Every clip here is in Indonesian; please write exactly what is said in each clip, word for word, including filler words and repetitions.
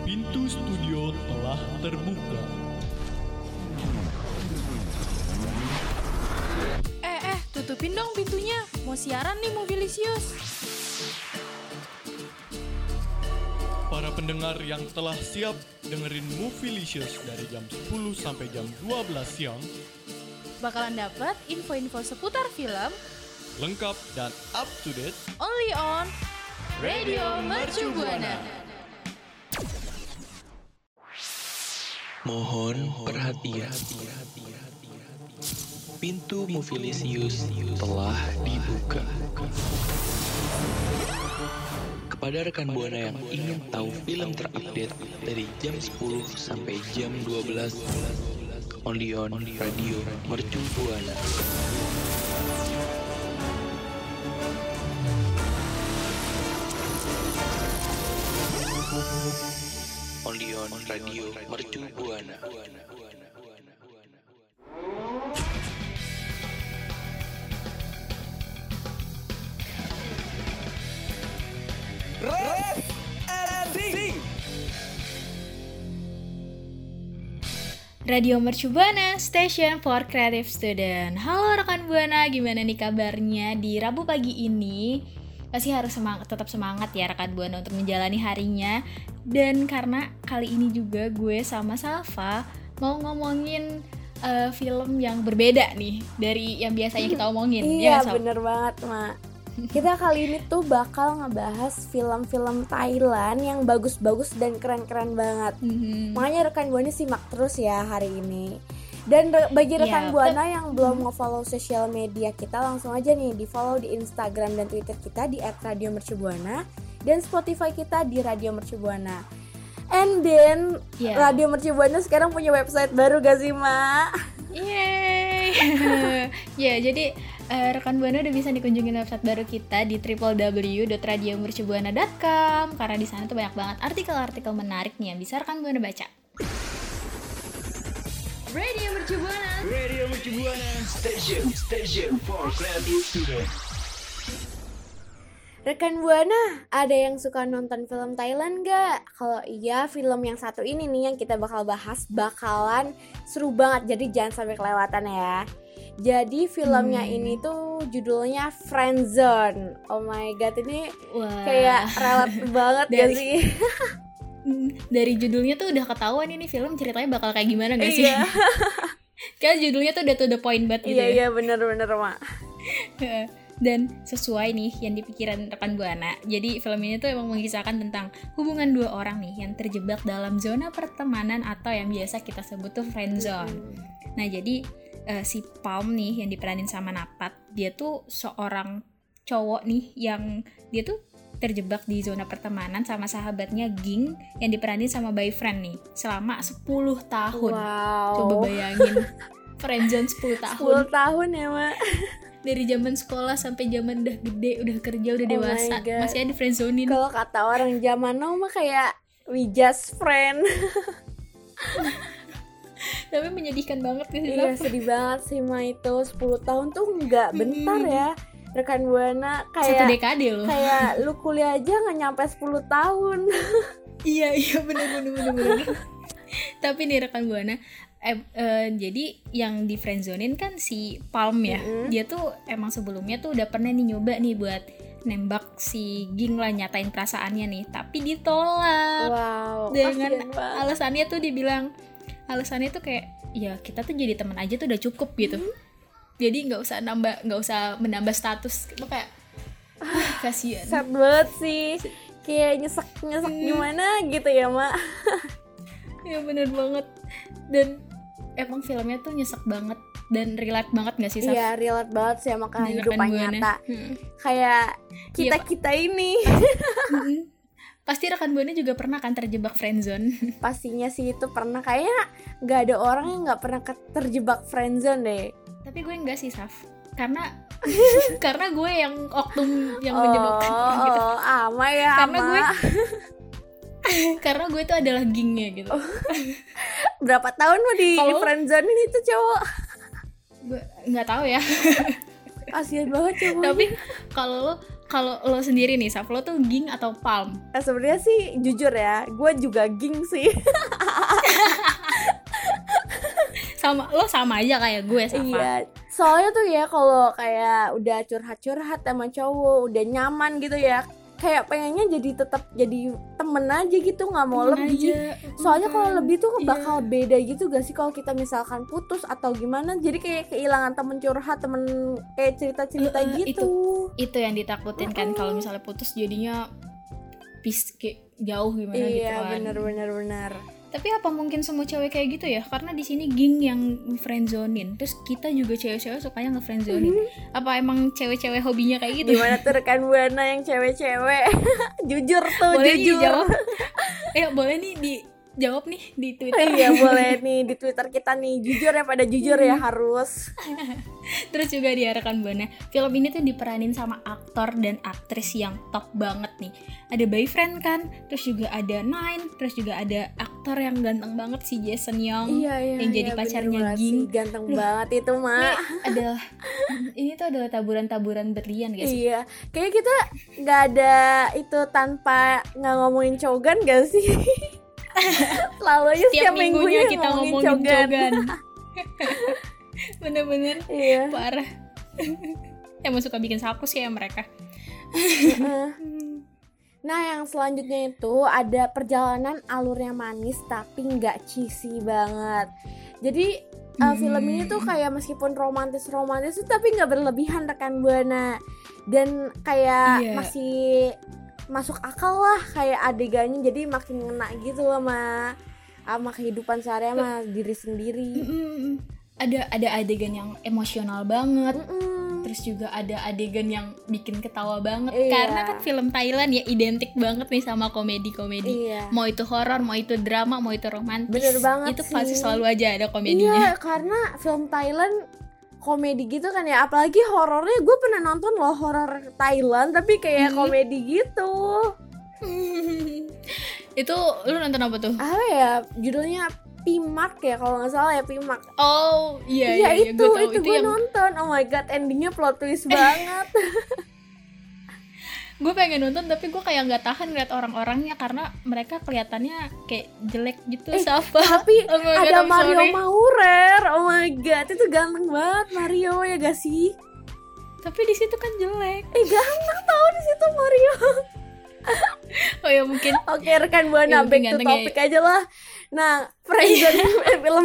Pintu studio telah terbuka. Eh, eh, tutupin dong pintunya. Mau siaran nih Movilisius. Para pendengar yang telah siap dengerin Movilicious dari jam sepuluh sampai jam dua belas siang, Bakalan dapat info-info seputar film lengkap dan up to date only on Radio Mercu Buana. Mohon perhatian. Pintu Movilisius telah dibuka. Kepada rekan Buana yang ingin tahu film terupdate dari jam sepuluh sampai jam dua belas, only on Radio Mercu Buana. Only on Radio Mercu Buana. Radio Mercu Buana, Station for Creative Student. Halo rekan Buana, gimana nih kabarnya di Rabu pagi ini? Pasti harus semangat, tetap semangat ya rekan Buana untuk menjalani harinya. Dan karena kali ini juga gue sama Safa mau ngomongin uh, film yang berbeda nih dari yang biasanya kita omongin. Iya, ya, bener banget, Mak. Kita kali ini tuh bakal ngebahas film-film Thailand yang bagus-bagus dan keren-keren banget. Mm-hmm. Makanya rekan Buana simak terus ya hari ini. Dan re- bagi rekan Ya, Buana te- yang belum nge-follow sosial media kita, langsung aja nih di-follow di Instagram dan Twitter kita di et radio mercu buana dan Spotify kita di Radio Mercu Buana. And then Ya. Radio Mercu Buana sekarang punya website baru gak sih, Mak? Yeay. Ya, jadi uh, rekan Buana udah bisa dikunjungin website baru kita di w w w dot radio mercu buana dot com karena di sana tuh banyak banget artikel-artikel menarik nih yang bisa rekan Buana baca. Radio Mercu Buana. Radio Mercu Buana, station, station for creative student. Rekan Buana, ada yang suka nonton film Thailand gak? Kalau iya, film yang satu ini nih yang kita bakal bahas bakalan seru banget, jadi jangan sampai kelewatan ya. Jadi filmnya Hmm. ini tuh judulnya Friendzone. Oh my god, ini Wah. kayak relate banget gak Dari- sih? Dari judulnya tuh udah ketahuan ini film ceritanya bakal kayak gimana gak sih? Iya. Kan judulnya tuh udah to the point banget gitu. Iya, ya. iya bener-bener, Mak. Dan sesuai nih yang dipikiran rekan Buana. Jadi film ini tuh emang mengisahkan tentang hubungan dua orang nih yang terjebak dalam zona pertemanan atau yang biasa kita sebut tuh friend zone. Nah, jadi uh, si Palm nih yang diperanin sama Napat, dia tuh seorang cowok nih yang dia tuh terjebak di zona pertemanan sama sahabatnya Ging yang diperanin sama boyfriend nih selama sepuluh tahun. Wow. Coba bayangin friendzone sepuluh tahun. sepuluh tahun ya, Mak. Dari zaman sekolah sampai zaman udah gede, udah kerja, udah Oh dewasa, my God. masih ada friendzonein. Kalau kata orang zaman now mah kayak we just friend. Tapi menyedihkan banget gitu. Iya, sedih banget sih, Ma, itu sepuluh tahun tuh nggak bentar ya. Rekan Buana Satu kayak dekade loh. kayak lu kuliah aja nggak nyampe sepuluh tahun. Iya, iya bener bener bener bener. Tapi nih rekan Buana, eh, eh, jadi yang di friendzonein kan si Palm ya. Mm-hmm. Dia tuh emang sebelumnya tuh udah pernah nih nyoba nih buat nembak si Ging lah, nyatain perasaannya nih, tapi ditolak. Wow. Dengan kasian banget. alasannya tuh dibilang, alasannya tuh kayak ya kita tuh jadi teman aja tuh udah cukup gitu. Jadi nggak usah nambah, nggak usah menambah status. Gue kayak ah, kasian. Sad banget sih. Kayak nyesek-nyesek gimana gitu ya, Mak. Ya bener banget. Dan emang filmnya tuh nyesek banget dan relate banget nggak sih, Saf? Iya, relate banget sih sama Dan rekan kehidupan Buana. nyata. Hmm. Kayak Iya, kita-kita ini. Mm-mm. Pasti rekan Buana juga pernah kan terjebak friendzone. Pastinya sih itu pernah, kayaknya nggak ada orang yang nggak pernah ke- terjebak friendzone deh. Tapi gue enggak sih, Saf. Karena karena gue yang oknum yang menyebabkan orang gitu. Oh, ama ya, Karena ama. gue karena gue itu adalah gingnya gitu. Berapa tahun lo di Kalau- friendzone ini tuh cowok? Gue nggak tahu ya. Kasian banget cowok. Tapi kalau lo kalau lo sendiri nih, Saf, lo tuh Ging atau Palm? Nah, sebenarnya sih jujur ya, gue juga Ging sih. Sama lo sama aja kayak gue, Safa. Iya, soalnya tuh ya kalau kayak udah curhat-curhat sama cowok, udah nyaman gitu ya, kayak pengennya jadi tetap jadi temen aja gitu, nggak mau Temen lebih. aja. Soalnya kalau lebih tuh Iya. bakal beda gitu gak sih kalau kita misalkan putus atau gimana, jadi kayak kehilangan temen curhat, temen kayak cerita-cerita Uh, uh, gitu. Itu yang ditakutin kan kalau misalnya putus jadinya pis kayak jauh gimana gitu Iya, kan. bener-bener bener. Tapi apa mungkin semua cewek kayak gitu ya? Karena di sini Ging yang friendzonin, terus kita juga cewek-cewek sukanya nge-friendzonin. Apa emang cewek-cewek hobinya kayak gitu? Gimana tuh rekan Buana yang cewek-cewek? Jujur tuh, Boleh nih jujur. dijawab? Eh boleh nih dijawab nih di Twitter. Iya boleh nih di Twitter kita nih, jujur ya, pada jujur ya harus. Terus juga di rekan Buana, film ini tuh diperanin sama aktor dan aktris yang top banget nih. Ada Boyfriend kan, terus juga ada Nine, terus juga ada aktor yang ganteng banget si Jason Young Iya iya. yang jadi iya, pacarnya bener banget Ging. sih, ganteng banget itu Ini mah. adalah ini tuh adalah taburan-taburan berlian guys. Iya, kayak kita nggak ada itu tanpa nggak ngomongin Chogan gak sih? Selalu aja Setiap setiap minggunya minggunya kita ngomongin Chogan. Chogan. Bener-bener Iya. parah. Emang suka bikin sakus ya mereka. Nah yang selanjutnya itu ada perjalanan alurnya manis tapi nggak cheesy banget. Jadi uh, Hmm. film ini tuh kayak meskipun romantis-romantis tapi nggak berlebihan rekan Buana, dan kayak Iya. masih masuk akal lah kayak adegannya, jadi makin ngena gitu sama sama kehidupan sehari sama diri sendiri. Mm-mm. Ada ada adegan yang emosional banget. Mm-mm. Terus juga ada adegan yang bikin ketawa banget. Iya. Karena kan film Thailand ya identik banget nih sama komedi-komedi. Iya. Mau itu horor, mau itu drama, mau itu romantis. Bener banget Itu pasti sih. selalu aja ada komedinya. Iya, karena film Thailand komedi gitu kan ya, apalagi horornya. Gue pernah nonton loh horor Thailand tapi kayak Hmm. komedi gitu. Itu lu nonton apa tuh? Apa ya judulnya, Pimak ya kalau nggak salah ya, Pimak. Oh iya Iya, iya, iya itu gue tahu. itu, gue yang nonton. Oh my god, endingnya plot twist banget. gue pengen nonton tapi gue kayak nggak tahan lihat orang-orangnya karena mereka kelihatannya kayak jelek gitu. Eh, Safa. Tapi Oh my God, ada I'm Mario sorry. Maurer. Oh my god, itu ganteng banget Mario ya gak sih? Tapi di situ kan jelek. Eh ganteng tau di situ Mario. Oh ya mungkin Oke rekan Buana, Ya, mungkin back to ganteng ya. topik aja lah. Nah, Friendzone eh, film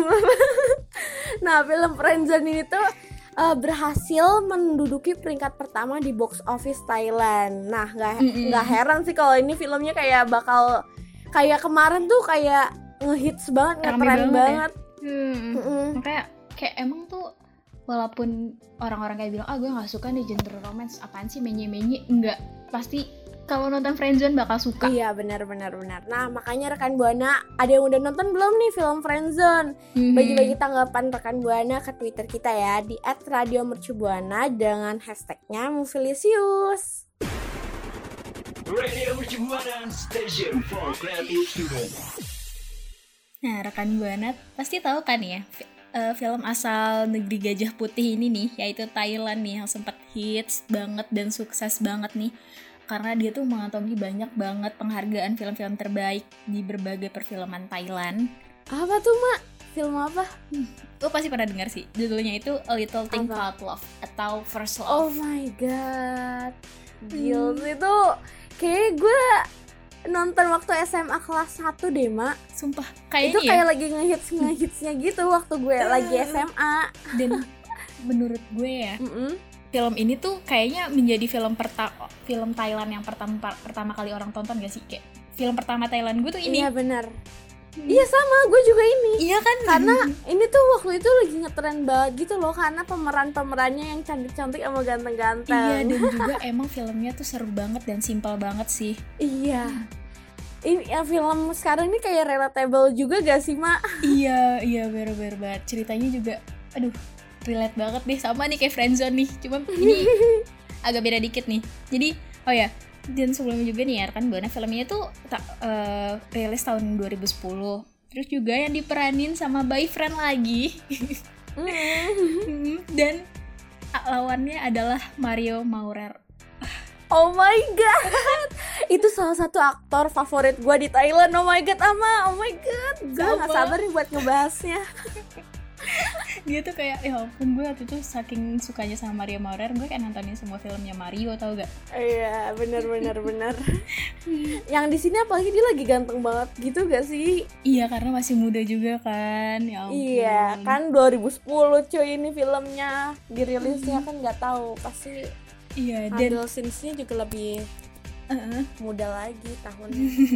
Nah, film Friendzone ini tuh uh, berhasil menduduki peringkat pertama di box office Thailand. Nah, nggak Mm-mm. nggak heran sih kalau ini filmnya kayak bakal kayak kemarin tuh kayak ngehits banget, Rame ngetren banget ya. banget. hmm, Mm-mm. makanya kayak emang tuh walaupun orang-orang kayak bilang ah gue nggak suka nih genre romance, apaan sih menye-menye, enggak, pasti kalau nonton Friendzone bakal suka. Iya benar benar benar. Nah makanya rekan Buana, ada yang udah nonton belum nih film Friendzone? Mhm. Bagi-bagi tanggapan rekan Buana ke Twitter kita ya di et radio mercubuana dengan hashtagnya Movielicious. Radio Mercubuana Station for Creative Students. Nah rekan Buana pasti tahu kan ya fi- eh, film asal negeri Gajah Putih ini nih, yaitu Thailand nih yang sempat hits banget dan sukses banget nih. Karena dia tuh mengantongi banyak banget penghargaan film-film terbaik di berbagai perfilman Thailand. Apa tuh Mak? Film apa? Lo pasti pernah dengar sih, judulnya itu A Little Thing Apa? Called Love atau First Oh Love. my god, Gils itu kayak gue nonton waktu S M A kelas satu deh Mak. Sumpah, Itu kayaknya ya. kayak lagi ngehits ngehitsnya gitu waktu gue lagi S M A. Dan menurut gue ya, Mm-mm. film ini tuh kayaknya menjadi film perta- film Thailand yang pertama pertama kali orang tonton gak sih? Kayak film pertama Thailand gue tuh ini. Iya benar. Iya sama, gue juga ini. Iya kan? Karena ini tuh waktu itu lagi ngetren banget gitu loh, karena pemeran-pemerannya yang cantik-cantik sama Iya, ganteng-ganteng. dan juga emang filmnya tuh seru banget dan simpel banget sih. Iya. Ini ya, film sekarang ini kayak relatable juga gak sih Mak? Iya, iya bener-bener banget. Ceritanya juga, aduh, relate banget deh, sama nih kayak Friendzone nih. Cuma ini agak beda dikit nih. Jadi, oh ya, dan sebelumnya juga nih ya kan Buana, filmnya tuh ta- eh, rilis tahun dua ribu sepuluh. Terus juga yang diperanin sama Boyfriend lagi. Mm. Dan lawannya adalah Mario Maurer. Oh my god, itu salah satu aktor favorit gue di Thailand. Oh my god, Ama, oh my god, gue nggak sabar nih buat ngebahasnya. Dia tuh kayak, ya ampun, gue waktu itu saking sukanya sama Maria Maurer, gue kayak nontonin semua filmnya Mario, tau gak? Iya, benar benar benar. Yang di sini apalagi dia lagi ganteng banget gitu gak sih? Iya, karena masih muda juga kan, ya ampun. Iya, kan dua ribu sepuluh cuy ini filmnya dirilisnya, kan nggak tahu pasti. Iya, dan Adel scenes-nya juga lebih uh, muda lagi tahunnya.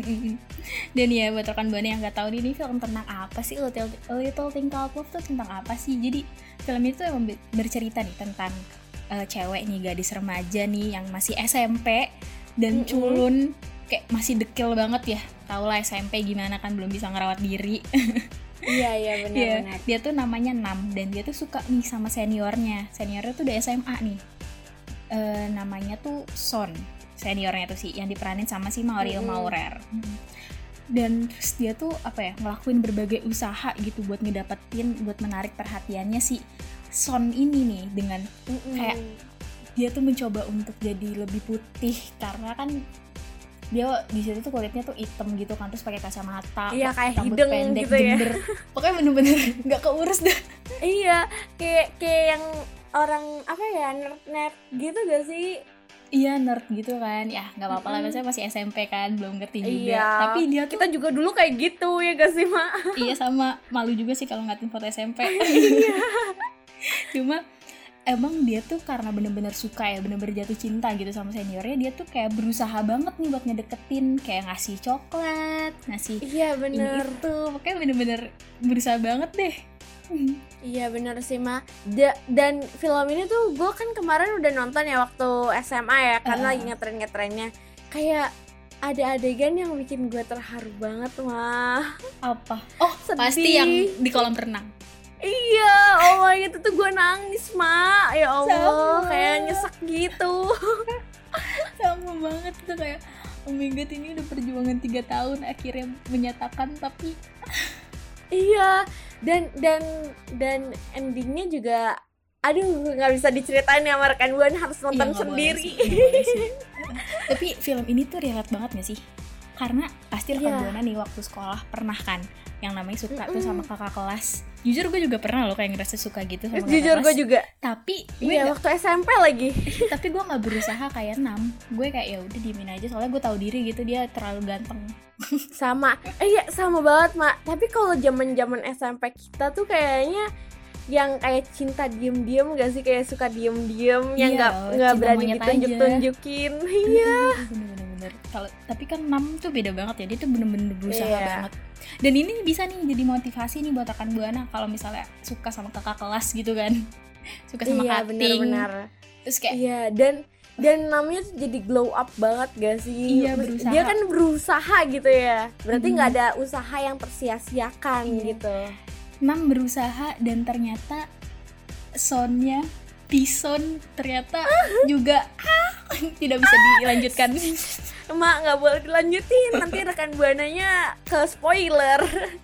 dan ya buat rekan Buana yang nggak tahu nih, ini film tentang apa sih? Little, Little Thing Called Love tuh tentang apa sih? Jadi film itu emang bercerita nih tentang uh, cewek nih, gadis remaja nih yang masih S M P dan Mm-mm. culun, kayak masih dekil banget ya. Tau lah S M P gimana kan, belum bisa ngerawat diri. Iya iya benar Dia, benar. dia tuh namanya Nam dan dia tuh suka nih sama seniornya. Seniornya tuh udah S M A nih. Uh, namanya tuh Son, seniornya tuh sih yang diperanin sama si Mario Mm-hmm. Maurer. Dan terus dia tuh apa ya, ngelakuin berbagai usaha gitu buat ngedapetin, buat menarik perhatiannya si Son ini nih, dengan Mm-mm. kayak dia tuh mencoba untuk jadi lebih putih karena kan dia di situ tuh kulitnya tuh hitam gitu kan, terus pakai kacamata, Iya, kayak rambut hidung pendek, gitu ya. gender. Pokoknya bener-bener nggak keurus dah. Iya, kayak kayak yang orang apa ya, nerd-nerd gitu gak sih? Iya, nerd gitu kan, ya nggak apa-apa lah, biasanya masih S M P kan, belum ngerti juga. Iya. Tapi dia tuh Kita juga dulu kayak gitu ya gak sih, Mak? iya, sama malu juga sih kalau ngatin foto S M P. Iya. Cuma emang dia tuh karena bener-bener suka ya, bener-bener jatuh cinta gitu sama seniornya, dia tuh kayak berusaha banget nih buat ngedeketin, kayak ngasih coklat, ngasih Iya ini bener. itu, pokoknya bener-bener berusaha banget deh. Iya bener sih, Ma. Da- dan film ini tuh gue kan kemarin udah nonton ya waktu S M A ya, karena Uh. lagi ngetren-ngetrennya. Kayak ada adegan yang bikin gue terharu banget, Ma. Apa? Oh, Sedih. pasti yang di kolam renang. Iya, oh my god, itu tuh gue nangis, Ma. Ya Allah, Sama. kayak nyesek gitu. Sama banget tuh, kayak oh my god, ini udah perjuangan tiga tahun akhirnya menyatakan, tapi Iya, dan dan dan endingnya juga, aduh, nggak bisa diceritain ya, sama rekan gue, harus nonton iya, nggak boleh sendiri. sih, nggak boleh sih. Tapi film ini tuh relate banget gak sih? Karena pasti rekan Iya. Buana nih waktu sekolah pernah kan yang namanya suka tuh Mm-mm. sama kakak kelas. Jujur gue juga pernah loh kayak ngerasa suka gitu sama kakak Jujur gue kelas. juga. Tapi gue Iya, nggak- waktu S M P lagi. tapi gue nggak berusaha kayak Nam. Gue kayak ya udah diemin aja, soalnya gue tahu diri gitu dia terlalu ganteng. Sama, eh iya sama banget, Mak. Tapi kalau zaman-zaman S M P kita tuh kayaknya yang kayak cinta diem-diem gak sih, kayak suka diem-diem, yang Iya, nggak nggak cinta berani monyet ditunjuk-tunjukin. Iya. Bener-bener. Kalau tapi kan Nam tuh beda banget ya, dia tuh bener-bener berusaha Iya. banget. Dan ini bisa nih jadi motivasi nih buat rekan Buana kalau misalnya suka sama kakak kelas gitu kan, suka sama Iya, cutting, benar-benar. terus kayak Iya, dan dan namanya tuh jadi glow up banget gak sih? Iya, berusaha. Dia kan berusaha gitu ya. Berarti Mhm. nggak ada usaha yang tersia-siakan Iya. gitu. Nam berusaha dan ternyata soundnya Pison ternyata juga tidak bisa dilanjutkan. Emak, nggak boleh dilanjutin, nanti rekan Buananya ke spoiler.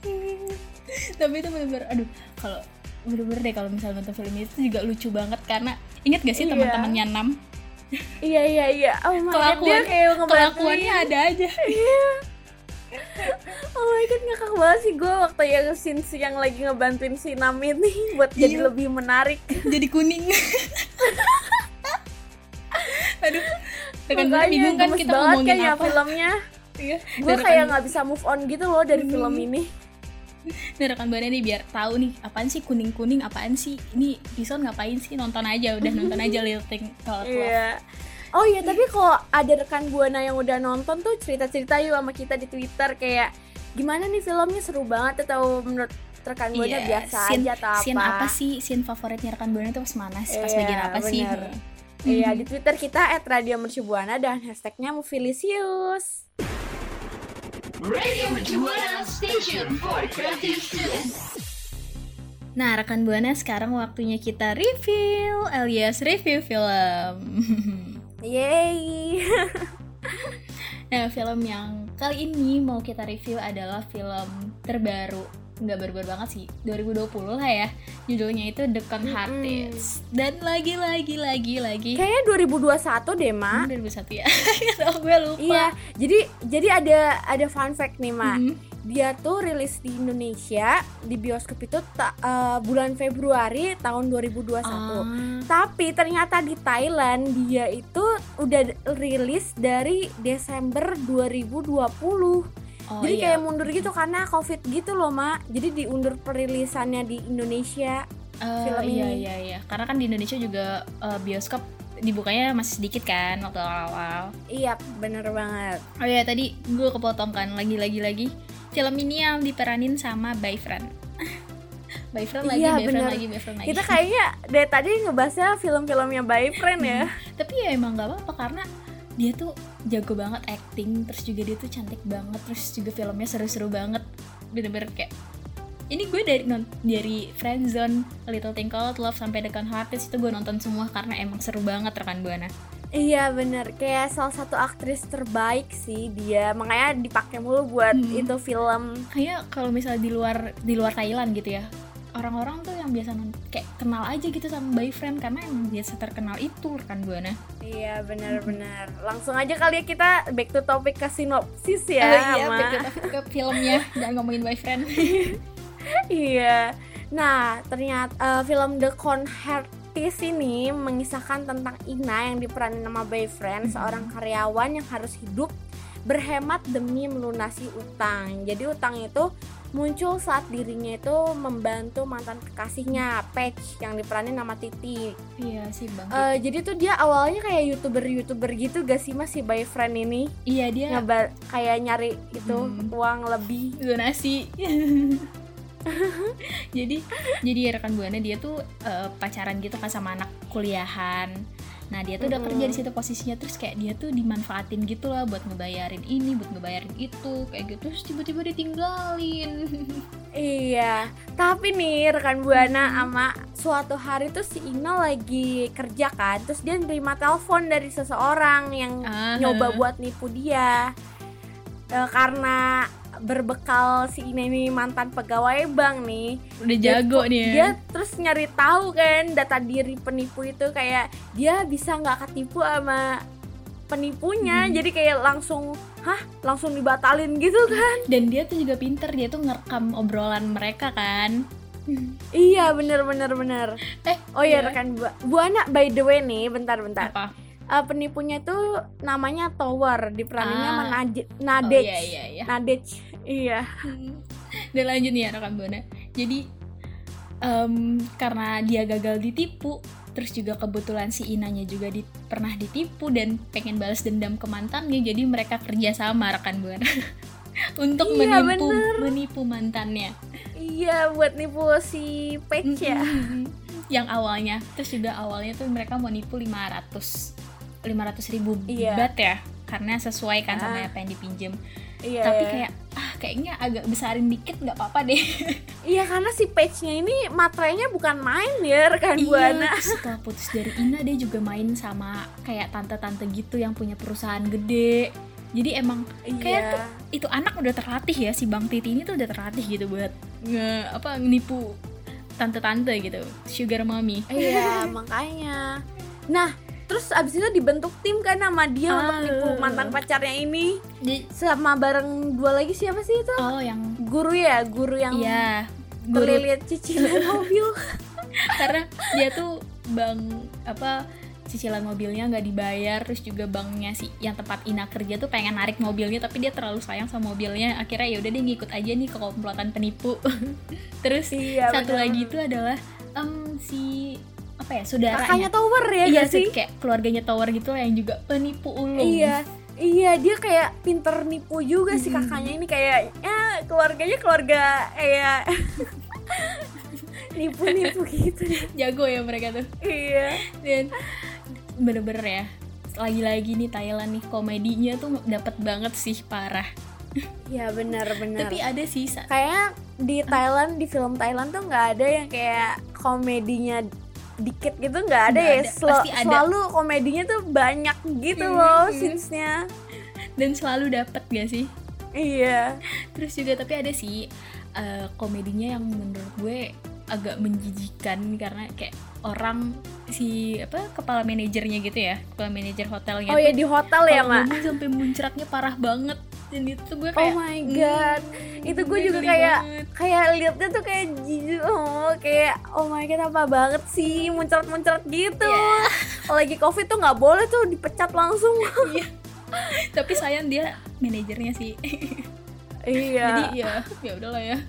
Tapi itu bener-bener, aduh, kalau bener-bener deh kalau misalnya nonton film itu juga lucu banget, karena inget gak sih Iya. teman-temannya Nam, Iya iya iya. Oh my god, dia kelakuan kayak ngebantuin. kelakuannya ada aja. Oh my god, ngakak banget sih gue waktu yang scenes yang lagi ngebantuin si Nam ini buat jadi Iya. lebih menarik. Jadi kuning. Aduh, rekan Buana Makanya bingung kan gemes kita banget ngomongin kayaknya apa. filmnya. Iya. Gue Dan kayak rekan- nggak bisa move on gitu loh dari Hmm. film ini. dan rekan Buana nih biar tahu nih apaan sih kuning-kuning, apaan sih ini Pison, ngapain sih, nonton aja, udah nonton aja Little Thing Called Love. Iya. Oh iya, tapi kalau ada rekan Buana yang udah nonton tuh cerita-cerita yuk sama kita di Twitter, kayak gimana nih filmnya, seru banget atau menurut rekan Buana Iya, biasa scene- aja atau apa? Scene apa sih, scene favoritnya rekan Buana tuh pas mana sih, pas Iya, bagian apa sih? bener. Iya, di Twitter kita et radio mercubuana dan hashtagnya Movilisius. Radio Mercubuana Station for Creative Students. Nah, rekan Buana, sekarang waktunya kita review alias review film. Yeay. Nah, film yang kali ini mau kita review adalah film terbaru nggak baru-baru banget sih, dua ribu dua puluh lah ya. Judulnya itu The Con-Artist. Dan lagi-lagi lagi lagi Kayaknya dua ribu dua puluh satu deh, Ma. dua ribu satu ya. Oh, gue lupa. Iya, jadi jadi ada ada fun fact nih, Ma. Hmm. Dia tuh rilis di Indonesia di bioskop itu ta- uh, bulan Februari tahun dua ribu dua puluh satu. Ah. Tapi ternyata di Thailand dia itu udah rilis dari Desember dua ribu dua puluh. Oh, Jadi iya. kayak mundur gitu karena Covid gitu loh, Mak. Jadi diundur perilisannya di Indonesia. Eh, film iya ini. iya iya. Karena kan di Indonesia juga eh, bioskop dibukanya masih sedikit kan waktu awal-awal. Iya, bener banget. Oh iya, tadi gue kepotong kan lagi-lagi lagi. Film ini yang diperanin sama Boyfriend. Boyfriend lagi, Iya, Boyfriend bener. lagi, Boyfriend lagi. Kita kayaknya dari tadi ngebahasnya film-filmnya Boyfriend ya. Tapi ya emang gak apa-apa karena dia tuh jago banget acting, terus juga dia tuh cantik banget, terus juga filmnya seru-seru banget. Bener-bener kayak ini gue dari non, dari Friendzone, A Little Thing Called Love sampai The Con-Artist itu gue nonton semua karena emang seru banget rekan Buana. Iya bener, kayak salah satu aktris terbaik sih dia, makanya dipakai mulu buat Hmm. itu film. Kayak kalau misalnya di luar di luar Thailand gitu ya, orang-orang tuh yang biasa nonton kayak kenal aja gitu sama Boyfriend karena emang biasa terkenal itu rekan Buana. Iya bener-bener. Langsung aja kali ya kita back to topic ke sinopsis ya. Oh iya, Ma. back to topic ke filmnya, jangan ngomongin Boyfriend. Iya. Nah, ternyata uh, film The Con-Artist ini mengisahkan tentang Ina yang diperanin nama Boyfriend, seorang karyawan yang harus hidup berhemat demi melunasi utang. Jadi utang itu muncul saat dirinya itu membantu mantan kekasihnya, Paige, yang diperanin nama Titi. Iya sih bang. Uh, jadi tuh dia awalnya kayak youtuber-youtuber gitu gak sih Mas si Boyfriend ini? Iya dia Ngebar kayak nyari itu Hmm. uang lebih. donasi. jadi jadi rekan Buana dia tuh eh, pacaran gitu kan sama anak kuliahan. Nah dia tuh udah Mm-mm. kerja di situ posisinya, terus kayak dia tuh dimanfaatin gitu lah buat ngebayarin ini, buat ngebayarin itu, kayak gitu. Terus tiba-tiba ditinggalin. Iya, tapi nih rekan Buana ama suatu hari tuh si Ina lagi kerja kan, terus dia nerima telepon dari seseorang yang Ah. nyoba buat nipu dia. Eh, karena berbekal si Ina ini mantan pegawai bank nih, Udah dia jago tuh- nih ya. dia terus nyari tahu kan data diri penipu itu, kayak dia bisa nggak ketipu sama penipunya, Hmm. jadi kayak langsung hah langsung dibatalin gitu kan. Dan dia tuh juga pinter, dia tuh ngerekam obrolan mereka kan. Iya bener bener bener. Eh, Oh iya iya. rekan Bu- Buana, by the way nih, bentar-bentar. Apa? Uh, penipunya tuh namanya Tower, diperaninnya Ah. sama Naj- Oh Nadej. iya iya iya. Nadej. Iya. Dan lanjut nih ya rekan Buana. Jadi em, karena dia gagal ditipu, terus juga kebetulan si Inanya juga di, pernah ditipu dan pengen balas dendam ke mantannya, jadi mereka kerja sama rekan Buana untuk Iya, menipu bener. menipu mantannya. Iya, buat nipu si Paige ya. Mm-mm. Yang awalnya, terus juga awalnya tuh mereka mau nipu lima ratus ribu Iya. baht ya, karena sesuai kan sama Ah. apa yang dipinjem. Iya. Tapi iya. kayak ah kayaknya agak besarin dikit nggak apa-apa deh. Iya, karena si Paige-nya ini matranya bukan main ya rekan Buana. Iya, setelah putus dari Ina dia juga main sama kayak tante-tante gitu yang punya perusahaan gede. Jadi emang kayak Iya. tuh itu anak udah terlatih ya, si Bang Titi ini tuh udah terlatih gitu buat nge apa nipu tante-tante gitu, sugar mommy. Iya, makanya. Nah, terus abis itu dibentuk tim kan sama dia untuk Ah. nipu mantan pacarnya ini. Jadi, Sama bareng dua lagi, siapa sih itu? oh yang Guru ya, guru yang iya guru, terlilit cicilan mobil. karena dia tuh bang apa cicilan mobilnya nggak dibayar, terus juga banknya si yang tempat Ina kerja tuh pengen narik mobilnya tapi dia terlalu sayang sama mobilnya, akhirnya ya udah dia ngikut aja nih ke komplotan penipu. Terus Iya, satu bener. lagi itu adalah em, si apa ya saudaranya, Kakaknya Tower ya, iya gak sih? kayak keluarganya Tower gitu yang juga penipu ulung. Iya, iya dia kayak pinter nipu juga sih Mm-mm. kakaknya ini, kayak ya keluarganya keluarga kayak nipu-nipu gitu. Jago ya mereka tuh. Iya. Dan bener-bener ya, lagi-lagi nih Thailand nih komedinya tuh dapat banget sih, parah. Iya benar-benar. Tapi ada sih sa- Kayak di Thailand, di film Thailand tuh nggak ada yang kayak komedinya dikit gitu, nggak ada Nggak ya. ada, Sel- pasti ada. Selalu komedinya tuh banyak gitu Mhm. loh scenes-nya. dan selalu dapat gak sih? Iya. Terus juga tapi ada sih uh, komedinya yang menurut gue agak menjijikan karena kayak orang si apa kepala manajernya gitu ya, kepala manajer hotelnya. Oh ya di hotel ya, Mak. Ngomong sampai muncratnya parah banget. Dan itu gue kayak oh my god, mm, itu gue juga kayak banget. kayak liatnya tuh kayak jijik, oh kayak oh my god apa banget sih muncrat-muncrat gitu. Yeah. Lagi covid tuh nggak boleh tuh dipecat langsung. Iya. Tapi sayang dia manajernya sih. Iya. Jadi ya ya udahlah ya.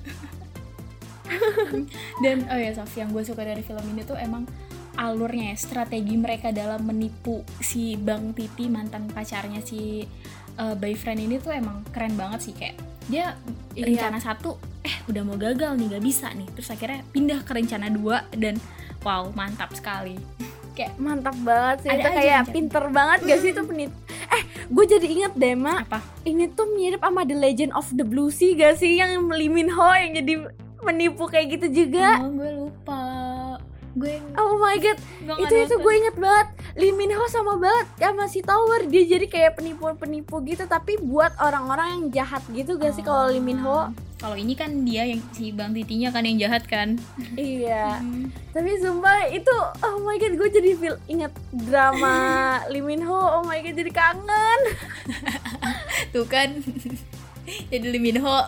Dan oh ya Sof, yang gue suka dari film ini tuh emang alurnya ya, strategi mereka dalam menipu si Bang Titi mantan pacarnya si uh, boyfriend ini tuh emang keren banget sih. Kayak dia iya. rencana satu eh udah mau gagal nih gak bisa nih, terus akhirnya pindah ke rencana dua dan wow mantap sekali. Kayak mantap banget sih, itu kayak rencana. Pinter banget gak sih itu penit. Eh gue jadi inget deh Mak, apa? Ini tuh mirip sama The Legend of the Blue Sea gak sih, yang Lee Min Ho yang jadi menipu kayak gitu juga. Oh gue lupa. Gue oh my god, itu itu gue inget banget. Lee Min Ho sama banget sama si Tower, dia jadi kayak penipu-penipu gitu tapi buat orang-orang yang jahat gitu gak sih. Oh. Kalau Lee Min Ho, kalau ini kan dia yang si Bang Titinya kan yang jahat kan. Iya. Hmm. Tapi sumpah itu oh my god, gue jadi feel inget drama Lee Min Ho. Oh my god, jadi kangen. Tuh kan. Jadi Lee Min Ho.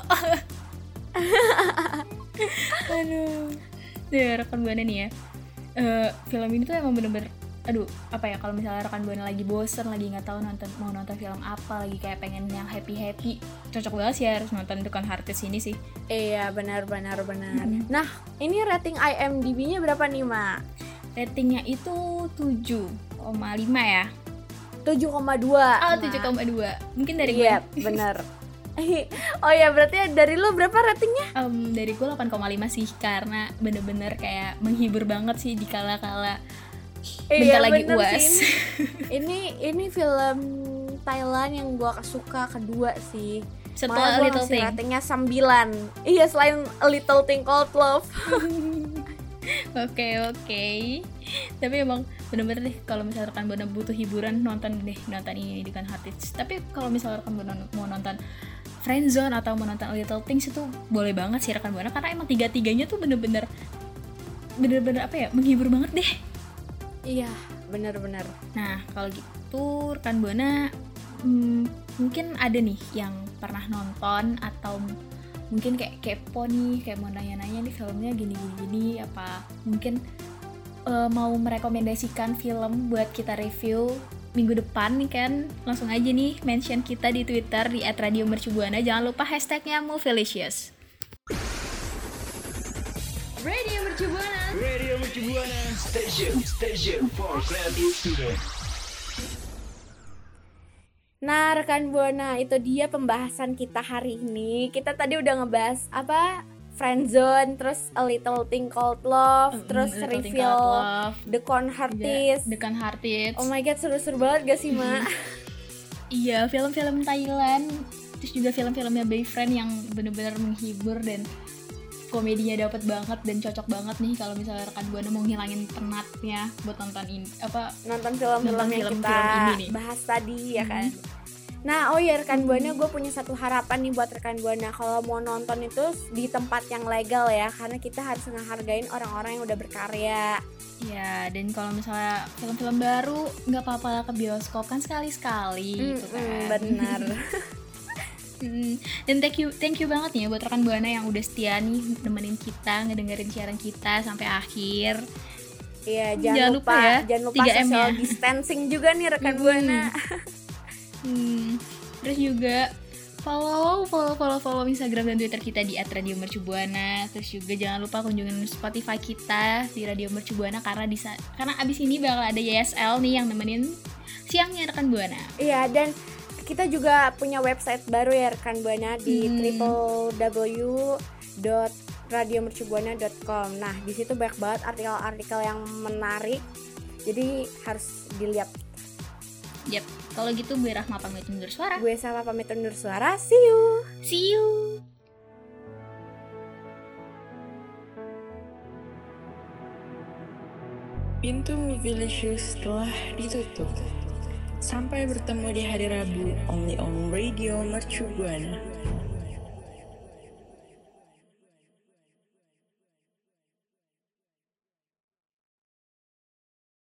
Aduh. Ya rekan Buana nih ya. Uh, film ini tuh emang bener-bener aduh apa ya, kalau misalnya rekan Buana lagi bosen, lagi nggak tahu nonton mau nonton film apa, lagi kayak pengen yang happy happy, cocok banget sih harus nonton The Con-Hearted ini sih. Iya benar benar benar. Mm-hmm. Nah ini rating I M D B-nya berapa nih Mak? Ratingnya itu tujuh koma lima ya. tujuh koma dua. Oh tujuh koma dua. Mungkin dari gue. Iya benar. Oh ya berarti dari lo berapa ratingnya? Um, dari gue delapan koma lima sih, karena bener-bener kayak menghibur banget sih di kala-kala bentar iya, lagi U A S. Ini ini film Thailand yang gue suka kedua sih. Setelah A Little Thing. Ratingnya sembilan. Iya selain A Little Thing Called Love. Oke oke. Tapi emang bener-bener deh kalau misalnya rekan Buana butuh hiburan, nonton deh nonton ini di Con-Hearted. Tapi kalau misalnya rekan Buana mau nonton Friendzone atau menonton A Little Things itu boleh banget sih rekan Buana, karena emang tiga-tiganya tuh bener-bener bener-bener apa ya, menghibur banget deh. Iya bener-bener. Nah kalau gitu rekan Buana hmm, mungkin ada nih yang pernah nonton atau mungkin kayak kepo nih, kayak mau nanya-nanya nih filmnya gini-gini apa mungkin uh, mau merekomendasikan film buat kita review minggu depan nih kan, langsung aja nih mention kita di Twitter di at radio mercubuana. Jangan lupa hashtagnya Movielicious. Radio Mercubuana. Radio Mercubuana. Station, station for creative student. Nah rekan Buana, itu dia pembahasan kita hari ini. Kita tadi udah ngebahas apa? Friendzone, terus A Little Thing Called Love, mm, terus review The Con-Hearted. The Con-Hearted. Oh my god, seru-seru banget gak sih, Mak? Iya, film-film Thailand, terus juga film-filmnya boyfriend yang benar-benar menghibur dan komedinya dapat banget dan cocok banget nih kalau misalnya rekan Buana mau ngilangin penatnya buat nonton ini apa nonton film-film nonton yang film, kita film ini bahas tadi ya kan. Hmm. Nah, oh ya rekan Buana, gue punya satu harapan nih buat rekan Buana. Kalau mau nonton itu di tempat yang legal ya, karena kita harus ngehargain orang-orang yang udah berkarya. Ya, dan kalau misalnya film-film baru nggak apa-apa lah ke bioskop kan sekali-sekali mm, gitu kan. Mm, benar. Dan thank you thank you banget ya buat rekan Buana yang udah setia nih nemenin kita, ngedengerin siaran kita sampai akhir. Iya, jangan, jangan lupa, lupa ya, jangan lupa social ya. Distancing juga nih rekan hmm. Buana. Hmm, terus juga follow, follow, follow, follow Instagram dan Twitter kita di at radio mercubuana. Terus juga jangan lupa kunjungin Spotify kita di Radio Mercubuana karena di karena abis ini bakal ada Y S L nih yang nemenin siangnya rekan Buana. Iya, dan kita juga punya website baru ya rekan Buana di hmm. w w w dot radio mercubuana dot com. Nah, di situ banyak banget artikel-artikel yang menarik. Jadi harus dilihat. Yap, kalau gitu gue Rahma pamit undur suara. Gue Salma pamit undur suara. See you. See you. Pintu Movielicious telah ditutup. Sampai bertemu di hari Rabu only on Radio Mercubuana.